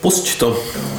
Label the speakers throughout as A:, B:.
A: Pusť to.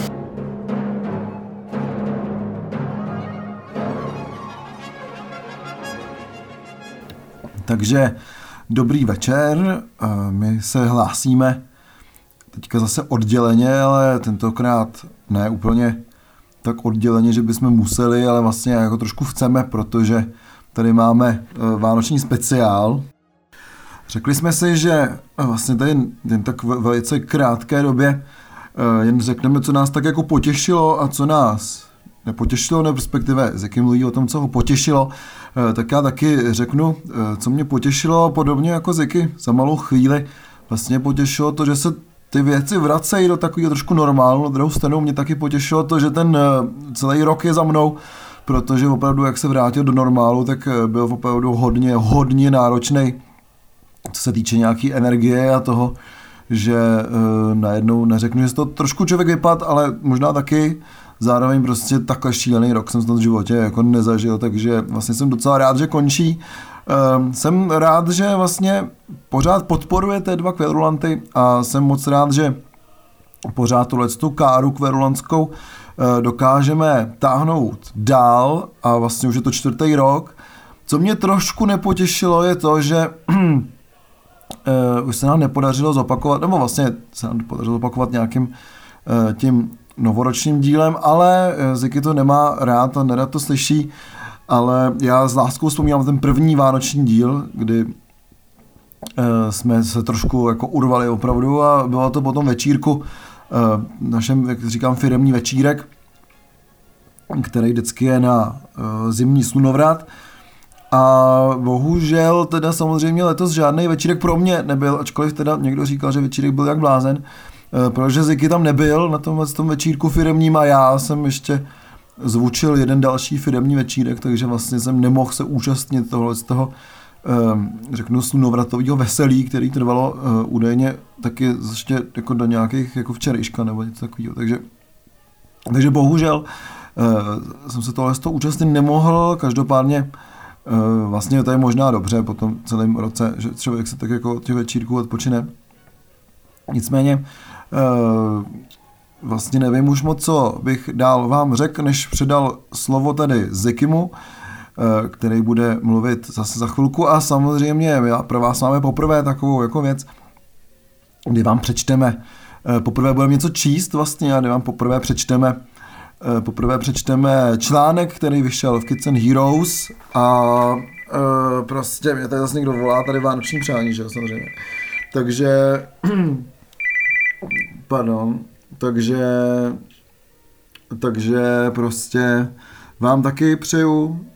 B: Takže dobrý večer, my se hlásíme teďka zase odděleně, ale tentokrát ne úplně tak odděleně, že bychom museli, ale vlastně jako trošku chceme, protože tady máme vánoční speciál. Řekli jsme si, že vlastně tady jen tak velice krátké době jen řekneme, co nás tak jako potěšilo a co nás nepotěšilo, nebo respektive s jakým mluví o tom, co ho potěšilo, tak já taky řeknu, co mě potěšilo, podobně jako Ziky za malou chvíli. Vlastně potěšilo to, že se ty věci vracejí do takového trošku normálu. Na druhou stranu mě taky potěšilo to, že ten celý rok je za mnou, protože opravdu, jak se vrátil do normálu, tak byl opravdu hodně náročný, co se týče nějaký energie a toho, že najednou neřeknu, že to trošku člověk vypad, ale možná taky. Zároveň prostě takhle šílený rok jsem snad v životě jako nezažil, takže vlastně jsem docela rád, že končí. Jsem rád, že vlastně pořád podporujete dva kverulanty a jsem moc rád, že pořád tu káru kverulantskou dokážeme táhnout dál a vlastně už je to 4. rok. Co mě trošku nepotěšilo je to, že už se nám nepodařilo zopakovat, nebo vlastně se nám podařilo zopakovat nějakým tím novoročním dílem, ale Ziky to nemá rád a nerad to slyší, ale já s láskou vzpomínám ten první vánoční díl, kdy jsme se trošku jako urvali opravdu a bylo to potom večírku, našem, jak říkám, firemní večírek, který vždycky je na zimní slunovrat. A bohužel teda samozřejmě letos žádný večírek pro mě nebyl, ačkoliv teda někdo říkal, že večírek byl jak blázen, protože Ziky tam nebyl na tom večírku firemním a já jsem ještě zvučil jeden další firemní večírek, takže vlastně jsem nemohl se účastnit z toho, řeknu, slunovratového veselí, který trvalo údajně taky ještě jako do nějakých jako včerejška nebo něco takového, takže bohužel jsem se tohle z toho účastnit nemohl, každopádně vlastně to je možná dobře po tom celém roce, že člověk se tak jako od těch večírků odpočine. Nicméně vlastně nevím už moc, co bych dál vám řekl, než předal slovo tady Zikimu, který bude mluvit zase za chvilku a samozřejmě pro vás máme poprvé takovou jako věc, kdy vám přečteme, poprvé budeme něco číst vlastně a kdy vám poprvé přečteme článek, který vyšel v Kids and Heroes a prostě mě tady zase někdo volá, tady vánoční přání, že jo, samozřejmě. Takže prostě vám taky přeju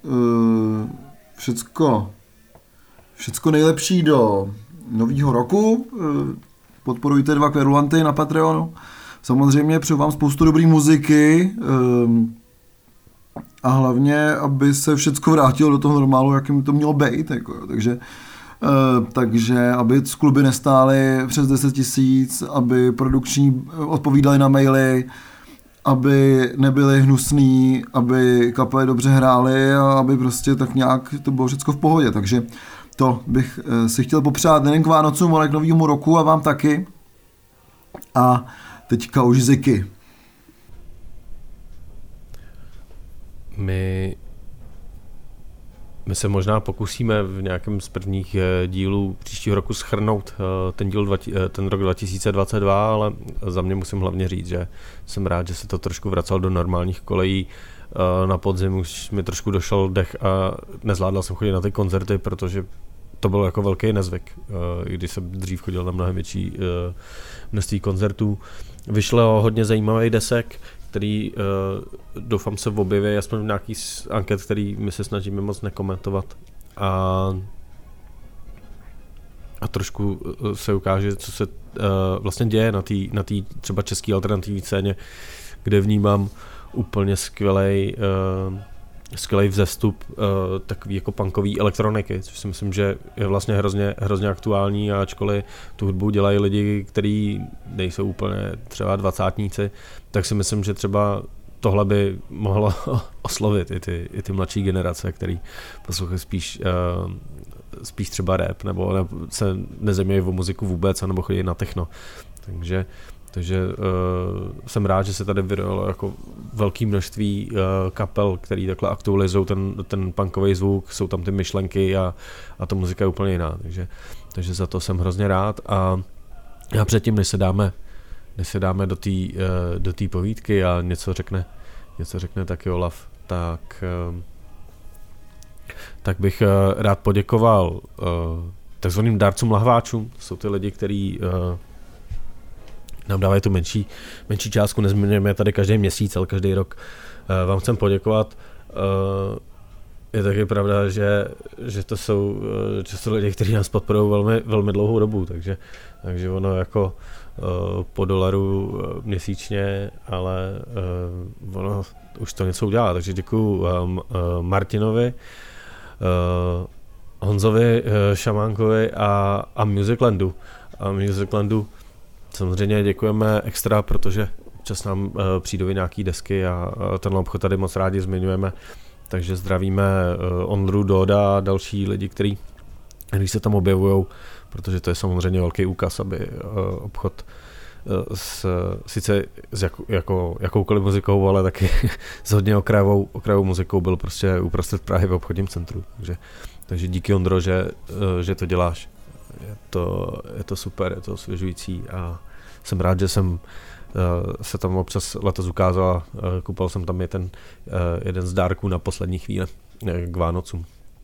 B: všecko nejlepší do nového roku. Podporujte dva kverulanty na Patreonu. Samozřejmě přeju vám spoustu dobrý muziky a hlavně, aby se všecko vrátilo do toho normálu, jakým to mělo být. Jako, takže aby kluby nestály přes 10 000, aby produkční odpovídali na maily, aby nebyli hnusný, aby kapely dobře hrály a aby prostě tak nějak to bylo všecko v pohodě. Takže to bych si chtěl popřát nejen k Vánocům, ale k novému roku a vám taky. A teďka už Ziky.
C: My se možná pokusíme v nějakém z prvních dílů příštího roku shrnout ten rok 2022, ale za mě musím hlavně říct, že jsem rád, že se to trošku vracelo do normálních kolejí. Na podzim už mi trošku došel dech a nezvládal jsem chodit na ty koncerty, protože to bylo jako velký nezvyk, když jsem dřív chodil na mnohem větší množství koncertů. Vyšlo hodně zajímavých desek, který doufám se objeví, aspoň v nějaký anket, který my se snažíme moc nekomentovat a trošku se ukáže, co se vlastně děje na té třeba české alternativní scéně, kde vnímám úplně skvělej vzestup takový jako punkový elektroniky, což si myslím, že je vlastně hrozně aktuální, a ačkoliv tu hudbu dělají lidi, kteří nejsou úplně třeba dvacátníci, tak si myslím, že třeba tohle by mohlo oslovit i ty mladší generace, který poslouchají spíš třeba rap, nebo se nezajímají o muziku vůbec, nebo chodí na techno. Takže Takže jsem rád, že se tady vyrojilo jako velké množství kapel, který takhle aktualizují ten punkový zvuk, jsou tam ty myšlenky a ta muzika je úplně jiná. Takže za to jsem hrozně rád. A předtím, než se dáme do té povídky a něco řekne taky Olaf, tak bych rád poděkoval takzvaným dárcům lahváčům. To jsou ty lidi, kteří nám dávají tu menší částku, nezměňujeme tady každý měsíc, ale každý rok vám chcem poděkovat. Je taky pravda, že to jsou lidi, kteří nás podporují velmi, velmi dlouhou dobu, takže ono jako po dolaru měsíčně, ale ono už to něco udělá, takže děkuju Martinovi, Honzovi Šamánkovi a Musiclandu. A Musiclandu samozřejmě děkujeme extra, protože občas nám přijdou nějaký desky a tenhle obchod tady moc rádi zmiňujeme. Takže zdravíme Ondru, Doda a další lidi, kteří se tam objevují, protože to je samozřejmě velký úkaz, aby obchod sice s jakoukoliv muzikou, ale taky s hodně okrajovou muzikou byl prostě uprostřed Prahy v obchodním centru. Takže díky, Ondro, že to děláš. Je to super, je to osvěžující a jsem rád, že jsem se tam občas letos ukázal a koupil jsem tam jeden z dárků na poslední chvíli k Vánocům.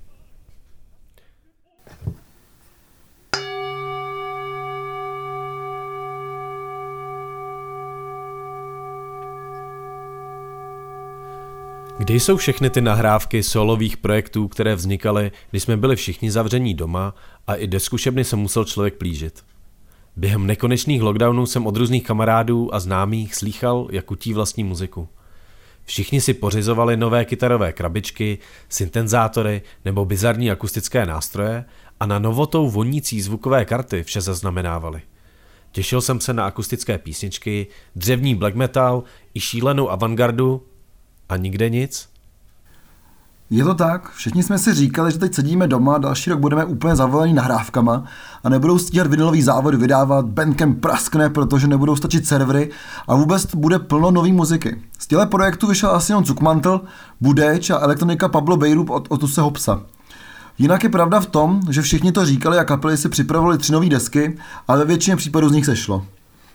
C: Kde jsou všechny ty nahrávky solových projektů, které vznikaly, když jsme byli všichni zavření doma a i do zkušebny se musel člověk plížit? Během nekonečných lockdownů jsem od různých kamarádů a známých slýchal, jak utí vlastní muziku. Všichni si pořizovali nové kytarové krabičky, syntezátory nebo bizarní akustické nástroje a na novotou vonící zvukové karty vše zaznamenávali. Těšil jsem se na akustické písničky, dřevní black metal i šílenou avantgardu a nikde nic.
B: Je to tak, všichni jsme si říkali, že teď sedíme doma, další rok budeme úplně zavolení nahrávkama a nebudou stíhat vinylový závody vydávat, Bandcamp praskne, protože nebudou stačit servery a vůbec bude plno nový muziky. Z těchto projektů vyšel asi jen Cukmantl, Budeč a elektronika Pablo Bejrub od Otuse Hopsa. Jinak je pravda v tom, že všichni to říkali a kapely si připravovali 3 nové desky, ale ve většině případů z nich sešlo.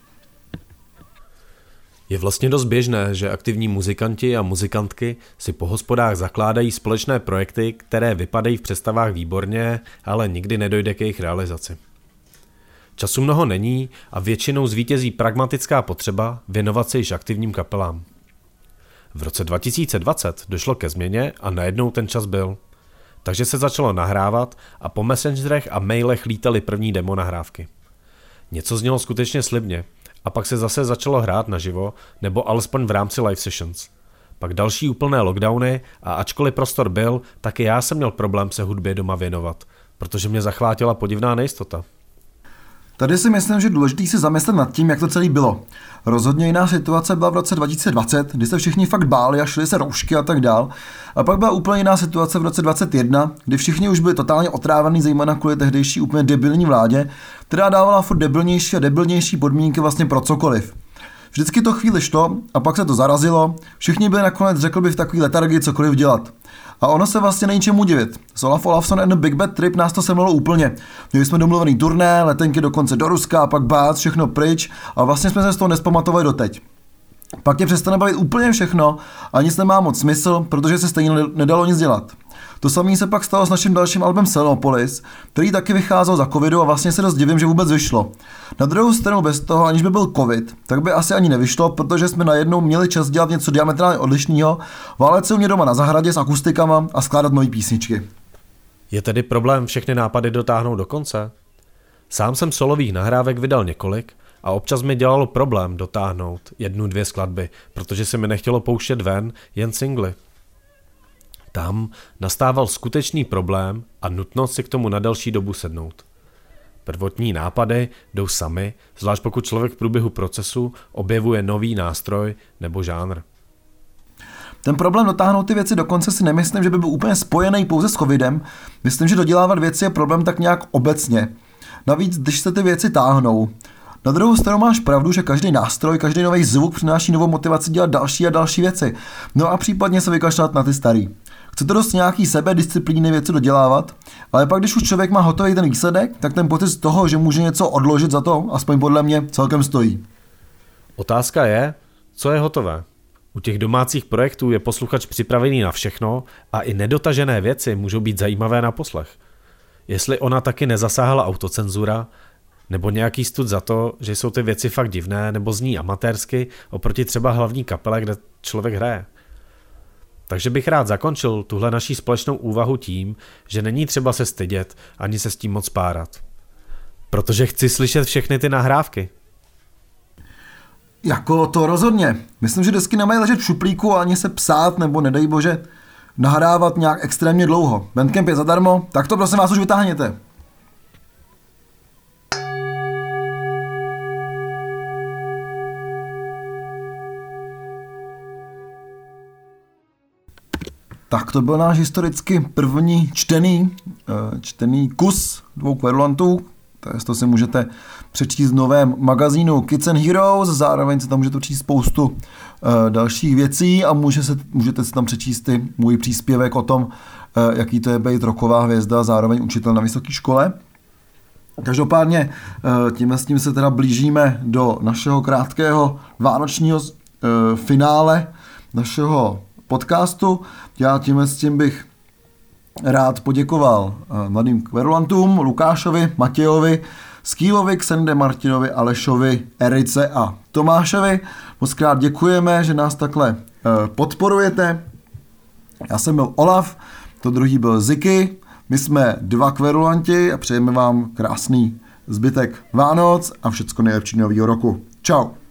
C: Je vlastně dost běžné, že aktivní muzikanti a muzikantky si po hospodách zakládají společné projekty, které vypadají v představách výborně, ale nikdy nedojde k jejich realizaci. Času mnoho není a většinou zvítězí pragmatická potřeba věnovat se již aktivním kapelám. V roce 2020 došlo ke změně a najednou ten čas byl. Takže se začalo nahrávat a po messengerech a mailech lítaly první demo nahrávky. Něco znělo skutečně slibně, a pak se zase začalo hrát naživo, nebo alespoň v rámci live sessions. Pak další úplné lockdowny a ačkoliv prostor byl, tak i já jsem měl problém se hudbě doma věnovat, protože mě zachvátila podivná nejistota.
B: Tady si myslím, že je důležité si zamyslet nad tím, jak to celé bylo. Rozhodně jiná situace byla v roce 2020, kdy se všichni fakt báli a šli se roušky a tak dál. A pak byla úplně jiná situace v roce 2021, kdy všichni už byli totálně otrávaný, zejména kvůli tehdejší úplně debilní vládě, která dávala furt debilnější a debilnější podmínky vlastně pro cokoliv. Vždycky to chvíli šlo a pak se to zarazilo, všichni byli nakonec, řekl bych, v takový letargii cokoliv dělat. A ono se vlastně není čemu divit. S Olaf Olafson and the Big Bad Trip nás to semlelo úplně. Měli jsme domluvený turné, letenky dokonce do Ruska, a pak bác, všechno pryč a vlastně jsme se z toho nespamatovali doteď. Pak tě přestane bavit úplně všechno a nic nemá moc smysl, protože se stejně nedalo nic dělat. To samé se pak stalo s naším dalším albem Selenopolis, který taky vycházel za covidu a vlastně se dost divím, že vůbec vyšlo. Na druhou stranu bez toho, aniž by byl covid, tak by asi ani nevyšlo, protože jsme najednou měli čas dělat něco diametrálně odlišného, válet se u mě doma na zahradě s akustikama a skládat nové písničky.
C: Je tedy problém všechny nápady dotáhnout do konce? Sám jsem solových nahrávek vydal několik a občas mi dělalo problém dotáhnout 1-2 skladby, protože se mi nechtělo pouštět ven jen singly. Tam nastával skutečný problém a nutnost si k tomu na delší dobu sednout. Prvotní nápady jdou samy, zvlášť pokud člověk v průběhu procesu objevuje nový nástroj nebo žánr.
B: Ten problém dotáhnout ty věci do konce si nemyslím, že by byl úplně spojený pouze s covidem. Myslím, že dodělávat věci je problém tak nějak obecně. Navíc, když se ty věci táhnou. Na druhou stranu máš pravdu, že každý nástroj, každý nový zvuk přináší novou motivaci dělat další a další věci. No a případně se vykašlat na ty starý. Chce to dost nějaký sebedisciplíny věci dodělávat, ale pak když už člověk má hotový ten výsledek, tak ten pocit z toho, že může něco odložit za to, aspoň podle mě, celkem stojí.
C: Otázka je, co je hotové. U těch domácích projektů je posluchač připravený na všechno a i nedotažené věci můžou být zajímavé na poslech. Jestli ona taky nezasáhla autocenzura, nebo nějaký stud za to, že jsou ty věci fakt divné nebo zní amatérsky oproti třeba hlavní kapele, kde člověk hraje. Takže bych rád zakončil tuhle naší společnou úvahu tím, že není třeba se stydět ani se s tím moc párat. Protože chci slyšet všechny ty nahrávky.
B: Jako to rozhodně. Myslím, že desky nemají ležet v šuplíku a ani se psát nebo nedej bože nahrávat nějak extrémně dlouho. Bandcamp je zadarmo, tak to prosím vás už vytáhněte. Tak to byl náš historicky první čtený kus dvou kverulantů. To si můžete přečíst v novém magazínu Kids and Heroes, zároveň se tam můžete přečíst spoustu dalších věcí a můžete si tam přečíst i můj příspěvek o tom, jaký to je být rocková hvězda, zároveň učitel na vysoké škole. Každopádně s tím se teda blížíme do našeho krátkého vánočního finále našeho podcastu. Já s tím bych rád poděkoval mladým kverulantům, Lukášovi, Matějovi, Skýlovi, Ksende, Martinovi, Alešovi, Erice a Tomášovi. Moc krát děkujeme, že nás takhle podporujete. Já jsem byl Olaf, to druhý byl Ziky. My jsme dva kverulanti a přejeme vám krásný zbytek Vánoc a všecko nejlepší novýho roku. Čau.